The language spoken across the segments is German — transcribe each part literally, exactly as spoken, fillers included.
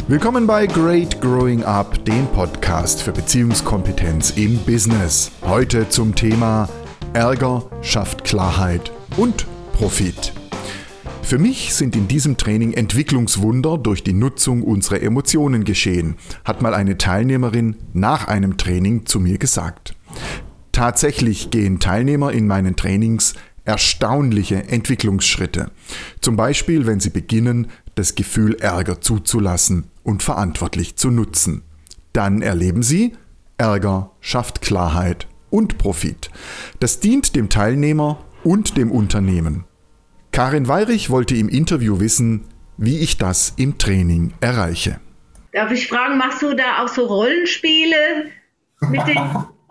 Willkommen bei Great Growing Up, dem Podcast für Beziehungskompetenz im Business. Heute zum Thema Ärger schafft Klarheit und Profit. Für mich sind in diesem Training Entwicklungswunder durch die Nutzung unserer Emotionen geschehen, hat mal eine Teilnehmerin nach einem Training zu mir gesagt. Tatsächlich gehen Teilnehmer in meinen Trainings erstaunliche Entwicklungsschritte. Zum Beispiel, wenn sie beginnen, das Gefühl Ärger zuzulassen und verantwortlich zu nutzen. Dann erleben sie, Ärger schafft Klarheit und Profit. Das dient dem Teilnehmer und dem Unternehmen. Karin Weirich wollte im Interview wissen, wie ich das im Training erreiche. Darf ich fragen, machst du da auch so Rollenspiele mit den...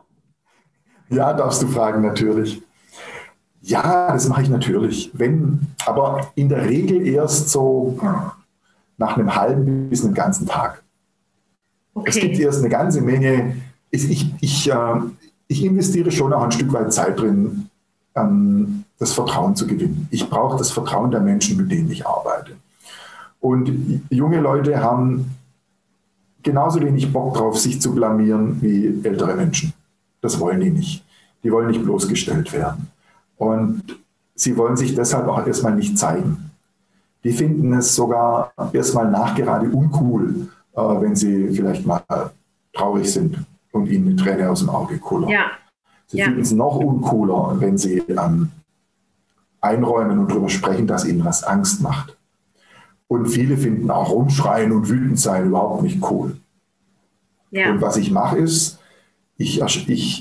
Ja, darfst du fragen, natürlich. Ja, das mache ich natürlich. Wenn, aber in der Regel erst so nach einem halben bis einem ganzen Tag. Okay. Es gibt erst eine ganze Menge. Ich, ich, ich, äh, ich investiere schon auch ein Stück weit Zeit drin, ähm, das Vertrauen zu gewinnen. Ich brauche das Vertrauen der Menschen, mit denen ich arbeite. Und junge Leute haben genauso wenig Bock drauf, sich zu blamieren wie ältere Menschen. Das wollen die nicht. Die wollen nicht bloßgestellt werden. Und sie wollen sich deshalb auch erstmal nicht zeigen. Die finden es sogar erstmal nachgerade uncool, äh, wenn sie vielleicht mal traurig sind und ihnen eine Träne aus dem Auge kullert. Ja. Sie ja. finden es noch uncooler, wenn sie ähm, einräumen und darüber sprechen, dass ihnen was Angst macht. Und viele finden auch rumschreien und wütend sein überhaupt nicht cool. Ja. Und was ich mache ist, ich, ich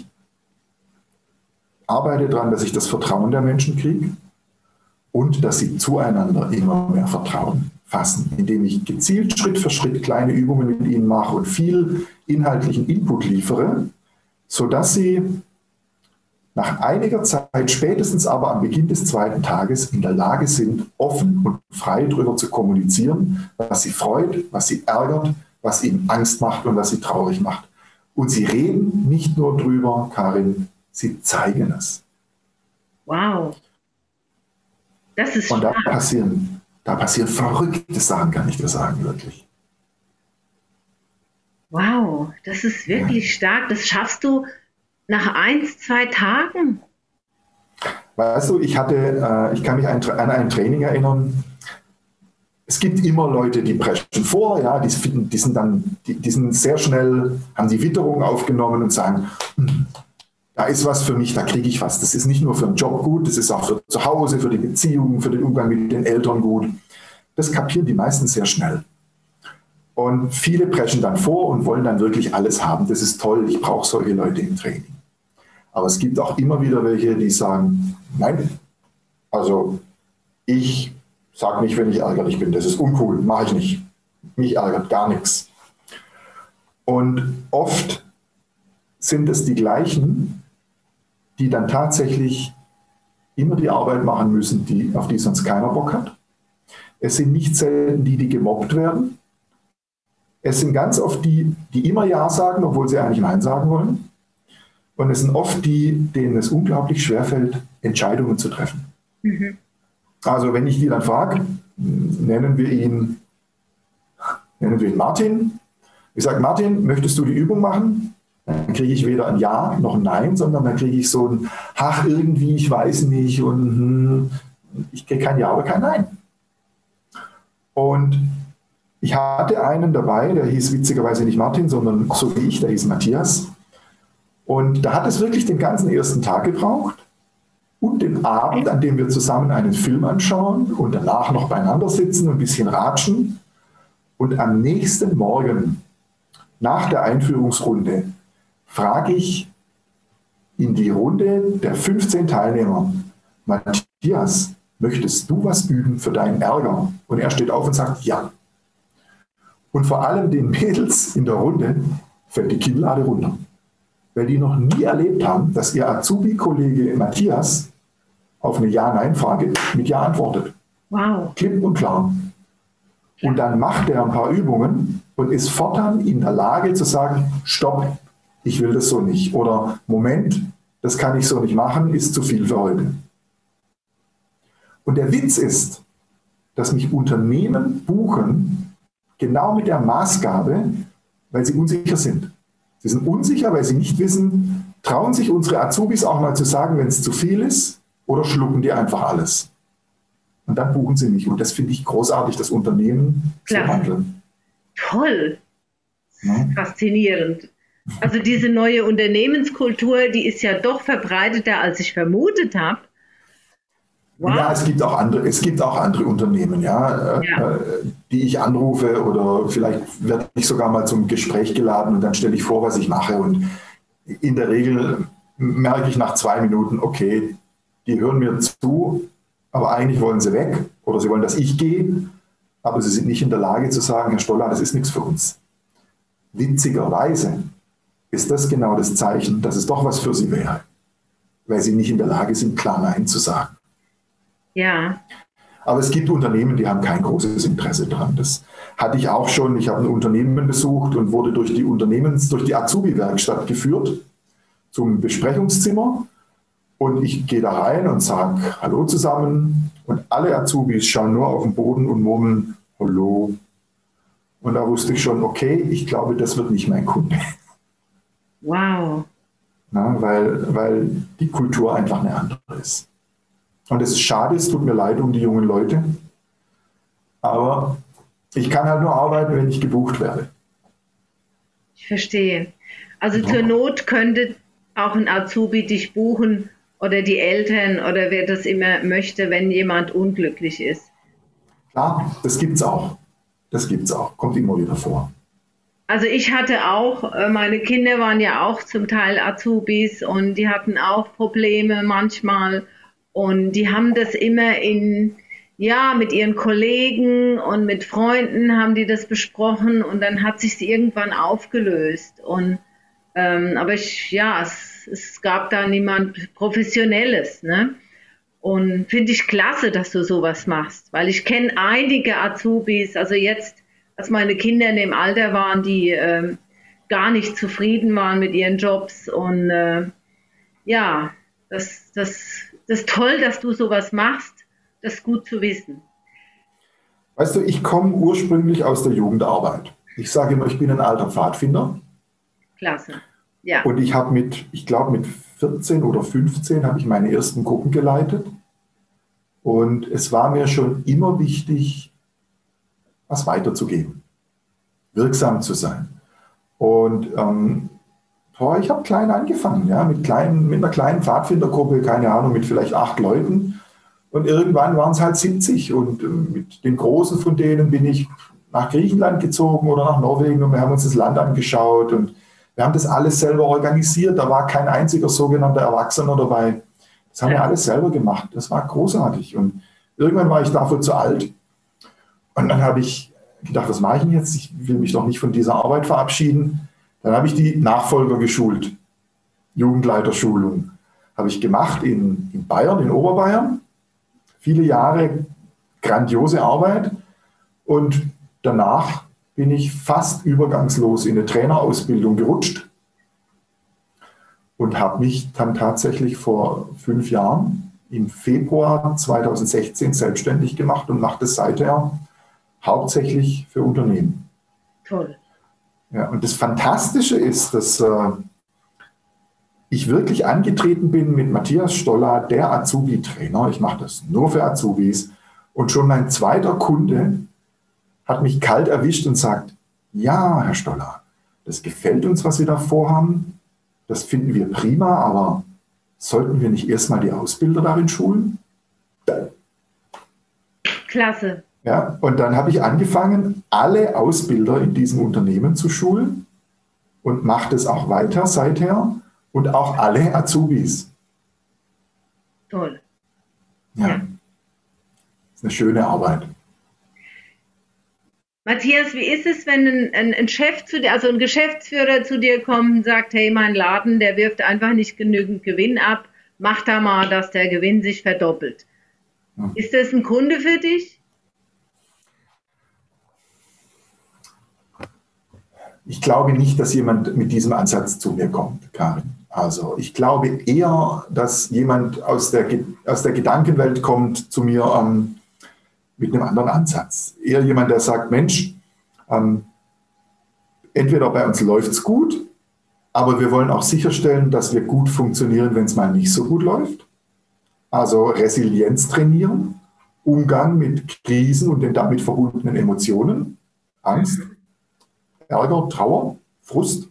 arbeite daran, dass ich das Vertrauen der Menschen kriege und dass sie zueinander immer mehr Vertrauen fassen, indem ich gezielt Schritt für Schritt kleine Übungen mit ihnen mache und viel inhaltlichen Input liefere, sodass sie nach einiger Zeit, spätestens aber am Beginn des zweiten Tages, in der Lage sind, offen und frei darüber zu kommunizieren, was sie freut, was sie ärgert, was ihnen Angst macht und was sie traurig macht. Und sie reden nicht nur drüber, Karin, sie zeigen es. Wow. Das ist Und da passieren, da passieren verrückte Sachen, kann ich dir sagen, wirklich. Wow, das ist wirklich ja. stark. Das schaffst du nach eins, zwei Tagen? Weißt du, ich hatte, äh, ich kann mich an ein Training erinnern. Es gibt immer Leute, die preschen vor, ja, die, die sind dann, die, die sind sehr schnell, haben die Witterung aufgenommen und sagen, hm, da ist was für mich, da kriege ich was. Das ist nicht nur für den Job gut, das ist auch für zu Hause, für die Beziehungen, für den Umgang mit den Eltern gut. Das kapieren die meisten sehr schnell. Und viele preschen dann vor und wollen dann wirklich alles haben. Das ist toll, ich brauche solche Leute im Training. Aber es gibt auch immer wieder welche, die sagen, nein, also ich sage nicht, wenn ich ärgerlich bin, das ist uncool, mache ich nicht. Mich ärgert gar nichts. Und oft sind es die gleichen, die dann tatsächlich immer die Arbeit machen müssen, die, auf die sonst keiner Bock hat. Es sind nicht selten die, die gemobbt werden. Es sind ganz oft die, die immer Ja sagen, obwohl sie eigentlich Nein sagen wollen. Und es sind oft die, denen es unglaublich schwerfällt, Entscheidungen zu treffen. Mhm. Also wenn ich die dann frage, nennen wir ihn, nennen wir ihn Martin. Ich sage, Martin, möchtest du die Übung machen? Dann kriege ich weder ein Ja noch ein Nein, sondern dann kriege ich so ein Ach, irgendwie, ich weiß nicht und hm, ich kriege kein Ja oder kein Nein. Und ich hatte einen dabei, der hieß witzigerweise nicht Martin, sondern so wie ich, der hieß Matthias. Und da hat es wirklich den ganzen ersten Tag gebraucht und den Abend, an dem wir zusammen einen Film anschauen und danach noch beieinander sitzen und ein bisschen ratschen. Und am nächsten Morgen, nach der Einführungsrunde, frage ich in die Runde der fünfzehn Teilnehmer, Matthias, möchtest du was üben für deinen Ärger? Und er steht auf und sagt, ja. Und vor allem den Mädels in der Runde fällt die Kinnlade runter. Weil die noch nie erlebt haben, dass ihr Azubi-Kollege Matthias auf eine Ja-Nein-Frage mit Ja antwortet. Wow. Klipp und klar. Und dann macht er ein paar Übungen und ist fortan in der Lage zu sagen, stopp, ich will das so nicht. Oder Moment, das kann ich so nicht machen, ist zu viel für heute. Und der Witz ist, dass mich Unternehmen buchen, genau mit der Maßgabe, weil sie unsicher sind. Sie sind unsicher, weil sie nicht wissen, trauen sich unsere Azubis auch mal zu sagen, wenn es zu viel ist, oder schlucken die einfach alles. Und dann buchen sie mich. Und das finde ich großartig, das Unternehmen zu handeln. Toll. Ja. Faszinierend. Also diese neue Unternehmenskultur, die ist ja doch verbreiteter, als ich vermutet habe. Wow. Ja, es gibt auch andere, es gibt auch andere Unternehmen, ja, ja. Äh, die ich anrufe, oder vielleicht werde ich sogar mal zum Gespräch geladen und dann stelle ich vor, was ich mache. Und in der Regel merke ich nach zwei Minuten, okay, die hören mir zu, aber eigentlich wollen sie weg oder sie wollen, dass ich gehe, aber sie sind nicht in der Lage zu sagen, Herr Stoller, das ist nichts für uns. Witzigerweise ist das genau das Zeichen, dass es doch was für sie wäre, weil sie nicht in der Lage sind, klar Nein zu sagen. Ja. Aber es gibt Unternehmen, die haben kein großes Interesse daran. Das hatte ich auch schon. Ich habe ein Unternehmen besucht und wurde durch die Unternehmens-, durch die Azubi-Werkstatt geführt zum Besprechungszimmer. Und ich gehe da rein und sage Hallo zusammen. Und alle Azubis schauen nur auf den Boden und murmeln Hallo. Und da wusste ich schon, okay, ich glaube, das wird nicht mein Kunde. Wow. Na, weil, weil die Kultur einfach eine andere ist. Und es ist schade, es tut mir leid um die jungen Leute. Aber ich kann halt nur arbeiten, wenn ich gebucht werde. Ich verstehe. Also ja. Zur Not könnte auch ein Azubi dich buchen oder die Eltern oder wer das immer möchte, wenn jemand unglücklich ist. Klar, das gibt's auch. Das gibt's auch. Kommt immer wieder vor. Also ich hatte auch, meine Kinder waren ja auch zum Teil Azubis und die hatten auch Probleme manchmal. Und die haben das immer in, ja, mit ihren Kollegen und mit Freunden haben die das besprochen und dann hat sich irgendwann aufgelöst. Und, ähm, aber ich, ja, es, es gab da niemand Professionelles, ne? Und finde ich klasse, dass du sowas machst, weil ich kenne einige Azubis, also jetzt, als meine Kinder in dem Alter waren, die ähm, gar nicht zufrieden waren mit ihren Jobs und äh, ja, das, das Das ist toll, dass du sowas machst. Das ist gut zu wissen. Weißt du, ich komme ursprünglich aus der Jugendarbeit. Ich sage immer, ich bin ein alter Pfadfinder. Klasse, ja. Und ich habe mit, ich glaube mit vierzehn oder fünfzehn habe ich meine ersten Gruppen geleitet. Und es war mir schon immer wichtig, was weiterzugeben, wirksam zu sein. Und ähm, ich habe klein angefangen, ja, mit, kleinen, mit einer kleinen Pfadfindergruppe, keine Ahnung, mit vielleicht acht Leuten. Und irgendwann waren es halt siebzig. Und mit den Großen von denen bin ich nach Griechenland gezogen oder nach Norwegen und wir haben uns das Land angeschaut. Und wir haben das alles selber organisiert. Da war kein einziger sogenannter Erwachsener dabei. Das haben wir alles selber gemacht. Das war großartig. Und irgendwann war ich dafür zu alt. Und dann habe ich gedacht, was mache ich denn jetzt? Ich will mich doch nicht von dieser Arbeit verabschieden. Dann habe ich die Nachfolger geschult, Jugendleiterschulung. Habe ich gemacht in, in Bayern, in Oberbayern. Viele Jahre grandiose Arbeit. Und danach bin ich fast übergangslos in eine Trainerausbildung gerutscht und habe mich dann tatsächlich vor fünf Jahren im Februar zweitausendsechzehn selbstständig gemacht und mache das seither hauptsächlich für Unternehmen. Toll. Ja, und das Fantastische ist, dass äh, ich wirklich angetreten bin mit Matthias Stoller, der Azubi-Trainer. Ich mache das nur für Azubis. Und schon mein zweiter Kunde hat mich kalt erwischt und sagt, ja, Herr Stoller, das gefällt uns, was Sie da vorhaben. Das finden wir prima, aber sollten wir nicht erstmal die Ausbilder darin schulen? Klasse. Ja, und dann habe ich angefangen, alle Ausbilder in diesem Unternehmen zu schulen und mache das auch weiter seither und auch alle Azubis. Toll. Ja, ja. Das ist eine schöne Arbeit. Matthias, wie ist es, wenn ein, ein, ein Chef zu dir, also ein Geschäftsführer zu dir kommt und sagt, hey, mein Laden, der wirft einfach nicht genügend Gewinn ab, mach da mal, dass der Gewinn sich verdoppelt. Ja. Ist das ein Kunde für dich? Ich glaube nicht, dass jemand mit diesem Ansatz zu mir kommt, Karin. Also ich glaube eher, dass jemand aus der, aus der Gedankenwelt kommt zu mir ähm, mit einem anderen Ansatz. Eher jemand, der sagt, Mensch, Ähm, entweder bei uns läuft es gut, aber wir wollen auch sicherstellen, dass wir gut funktionieren, wenn es mal nicht so gut läuft. Also Resilienz trainieren, Umgang mit Krisen und den damit verbundenen Emotionen, Angst, Ärger, Trauer, Frust.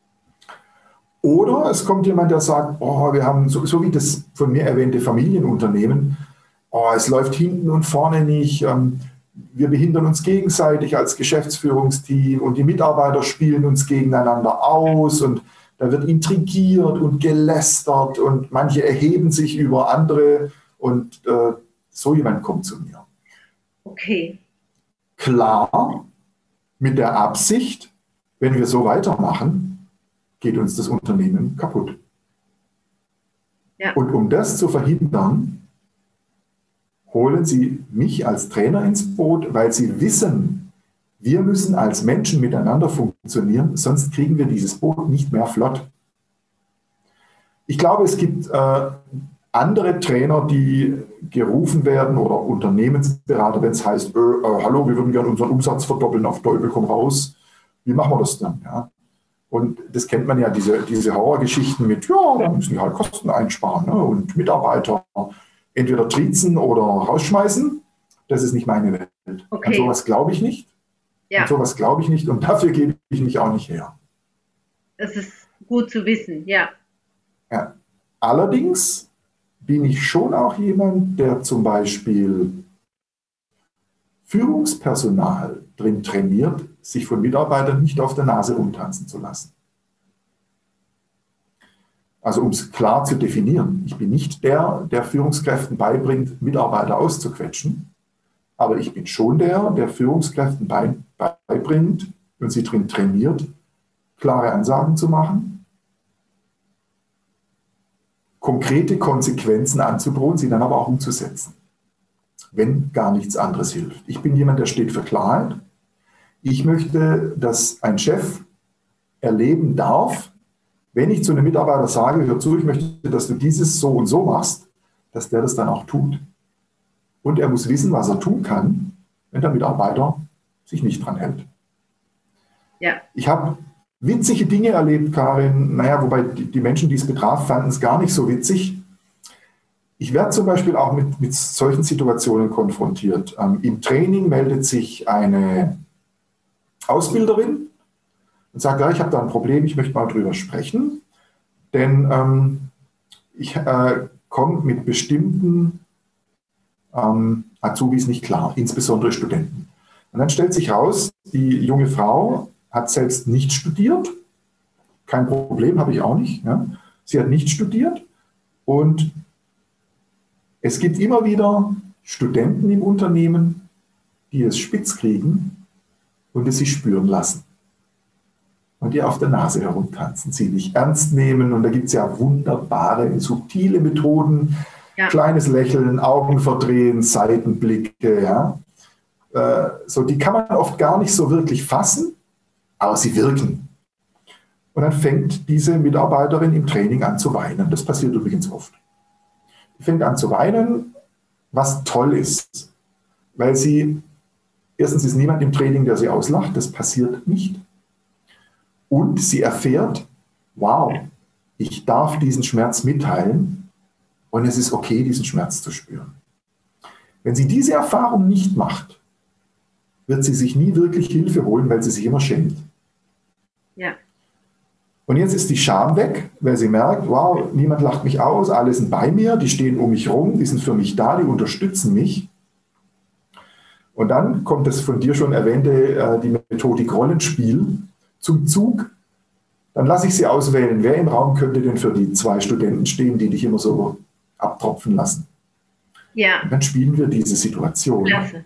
Oder es kommt jemand, der sagt, oh, wir haben, so, so wie das von mir erwähnte Familienunternehmen, oh, es läuft hinten und vorne nicht, ähm, wir behindern uns gegenseitig als Geschäftsführungsteam und die Mitarbeiter spielen uns gegeneinander aus und da wird intrigiert und gelästert und manche erheben sich über andere und äh, so jemand kommt zu mir. Okay. Klar, mit der Absicht, wenn wir so weitermachen, geht uns das Unternehmen kaputt. Ja. Und um das zu verhindern, holen Sie mich als Trainer ins Boot, weil Sie wissen, wir müssen als Menschen miteinander funktionieren, sonst kriegen wir dieses Boot nicht mehr flott. Ich glaube, es gibt äh, andere Trainer, die gerufen werden oder Unternehmensberater, wenn es heißt, äh, äh, hallo, wir würden gerne unseren Umsatz verdoppeln, auf Teufel komm raus. Wie machen wir das dann? Ja? Und das kennt man ja, diese, diese Horrorgeschichten mit, ja, da müssen wir halt Kosten einsparen, ne? Und Mitarbeiter entweder triezen oder rausschmeißen. Das ist nicht meine Welt. Okay. An sowas glaube ich nicht. Ja. An sowas glaube ich nicht und dafür gebe ich mich auch nicht her. Das ist gut zu wissen, ja. Ja. Allerdings bin ich schon auch jemand, der zum Beispiel Führungspersonal drin trainiert, sich von Mitarbeitern nicht auf der Nase rumtanzen zu lassen. Also um es klar zu definieren, ich bin nicht der, der Führungskräften beibringt, Mitarbeiter auszuquetschen, aber ich bin schon der, der Führungskräften beibringt und sie drin trainiert, klare Ansagen zu machen, konkrete Konsequenzen anzudrohen, sie dann aber auch umzusetzen, wenn gar nichts anderes hilft. Ich bin jemand, der steht für Klarheit. Ich möchte, dass ein Chef erleben darf, wenn ich zu einem Mitarbeiter sage, hör zu, ich möchte, dass du dieses so und so machst, dass der das dann auch tut. Und er muss wissen, was er tun kann, wenn der Mitarbeiter sich nicht dran hält. Ja. Ich habe witzige Dinge erlebt, Karin, naja, wobei die, die Menschen, die es betraf, fanden es gar nicht so witzig. Ich werde zum Beispiel auch mit, mit solchen Situationen konfrontiert. Ähm, Im Training meldet sich eine Ausbilderin und sagt, ja, ich habe da ein Problem, ich möchte mal drüber sprechen, denn ähm, ich äh, komme mit bestimmten ähm, Azubis nicht klar, insbesondere Studenten. Und dann stellt sich raus, die junge Frau hat selbst nicht studiert, kein Problem, habe ich auch nicht. Ja. Sie hat nicht studiert und es gibt immer wieder Studenten im Unternehmen, die es spitz kriegen und es sich spüren lassen. Und ihr auf der Nase herumtanzen, sie nicht ernst nehmen. Und da gibt es ja wunderbare, subtile Methoden. Ja. Kleines Lächeln, Augen verdrehen, Seitenblicke. Ja. Äh, so, die kann man oft gar nicht so wirklich fassen, aber sie wirken. Und dann fängt diese Mitarbeiterin im Training an zu weinen. Das passiert übrigens oft. Die fängt an zu weinen, was toll ist. Weil sie, erstens ist niemand im Training, der sie auslacht, das passiert nicht. Und sie erfährt, wow, ich darf diesen Schmerz mitteilen und es ist okay, diesen Schmerz zu spüren. Wenn sie diese Erfahrung nicht macht, wird sie sich nie wirklich Hilfe holen, weil sie sich immer schämt. Ja. Und jetzt ist die Scham weg, weil sie merkt, wow, niemand lacht mich aus, alle sind bei mir, die stehen um mich rum, die sind für mich da, die unterstützen mich. Und dann kommt das von dir schon erwähnte, äh, die Methodik Rollenspiel zum Zug. Dann lasse ich sie auswählen, wer im Raum könnte denn für die zwei Studenten stehen, die dich immer so abtropfen lassen. Ja. Und dann spielen wir diese Situation. Klasse.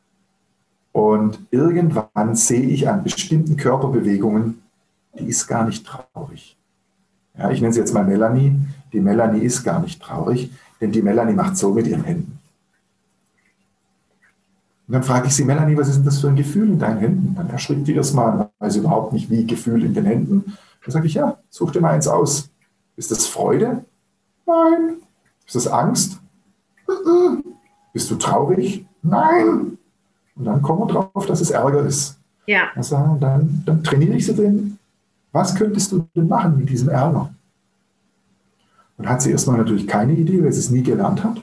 Und irgendwann sehe ich an bestimmten Körperbewegungen, die ist gar nicht traurig. Ja, ich nenne sie jetzt mal Melanie. Die Melanie ist gar nicht traurig, denn die Melanie macht so mit ihren Händen. Und dann frage ich sie, Melanie, was ist denn das für ein Gefühl in deinen Händen? Dann erschrickt die erstmal, weiß überhaupt nicht, wie Gefühl in den Händen. Dann sage ich, ja, such dir mal eins aus. Ist das Freude? Nein. Ist das Angst? Bist du traurig? Nein. Und dann kommen wir drauf, dass es Ärger ist. Ja. Also, dann, dann trainiere ich sie drin. Was könntest du denn machen mit diesem Ärger? Und hat sie erstmal natürlich keine Idee, weil sie es nie gelernt hat.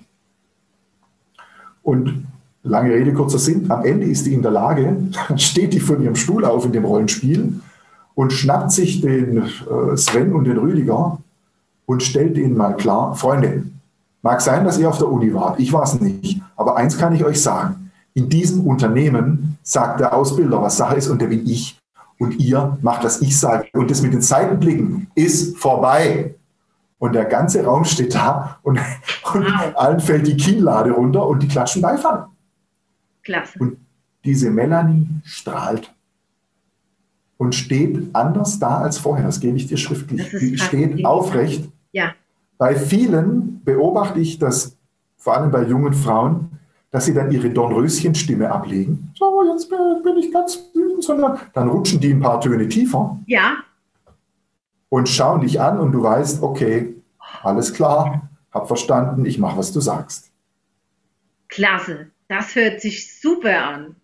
Und lange Rede, kurzer Sinn, am Ende ist die in der Lage, steht die von ihrem Stuhl auf in dem Rollenspiel und schnappt sich den äh, Sven und den Rüdiger und stellt ihnen mal klar, Freunde, mag sein, dass ihr auf der Uni wart, ich war es nicht, aber eins kann ich euch sagen, in diesem Unternehmen sagt der Ausbilder, was Sache ist, und der bin ich. Und ihr macht, was ich sage. Und das mit den Seitenblicken ist vorbei. Und der ganze Raum steht da und, und wow. allen fällt die Kinnlade runter und die klatschen Beifall. Klasse. Und diese Melanie strahlt und steht anders da als vorher. Das gebe ich dir schriftlich. Die steht aufrecht. Ja. Bei vielen beobachte ich das, vor allem bei jungen Frauen, dass sie dann ihre Dornröschen-Stimme ablegen. So, jetzt bin ich ganz wütend, sondern dann rutschen die ein paar Töne tiefer. Ja. Und schauen dich an und du weißt, okay, alles klar, hab verstanden, ich mache, was du sagst. Klasse, das hört sich super an.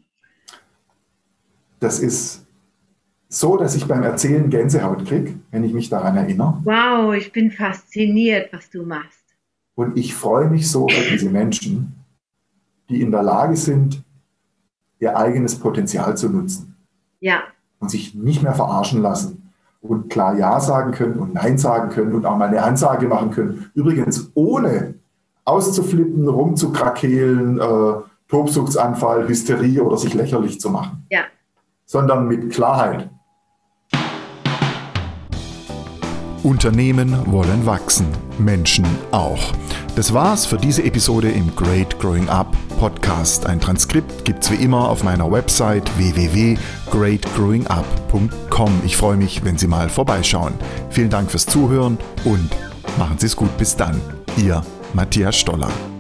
Das ist so, dass ich beim Erzählen Gänsehaut kriege, wenn ich mich daran erinnere. Wow, ich bin fasziniert, was du machst. Und ich freue mich so auf diese Menschen, die in der Lage sind, ihr eigenes Potenzial zu nutzen. Ja. Und sich nicht mehr verarschen lassen. Und klar Ja sagen können und Nein sagen können und auch mal eine Ansage machen können. Übrigens, ohne auszuflippen, rumzukrakehlen, äh, Tobsuchtsanfall, Hysterie oder sich lächerlich zu machen. Ja. Sondern mit Klarheit. Unternehmen wollen wachsen, Menschen auch. Das war's für diese Episode im Great Growing Up Podcast. Ein Transkript gibt's wie immer auf meiner Website w w w punkt great growing up punkt com. Ich freue mich, wenn Sie mal vorbeischauen. Vielen Dank fürs Zuhören und machen Sie es gut. Bis dann. Ihr Matthias Stoller.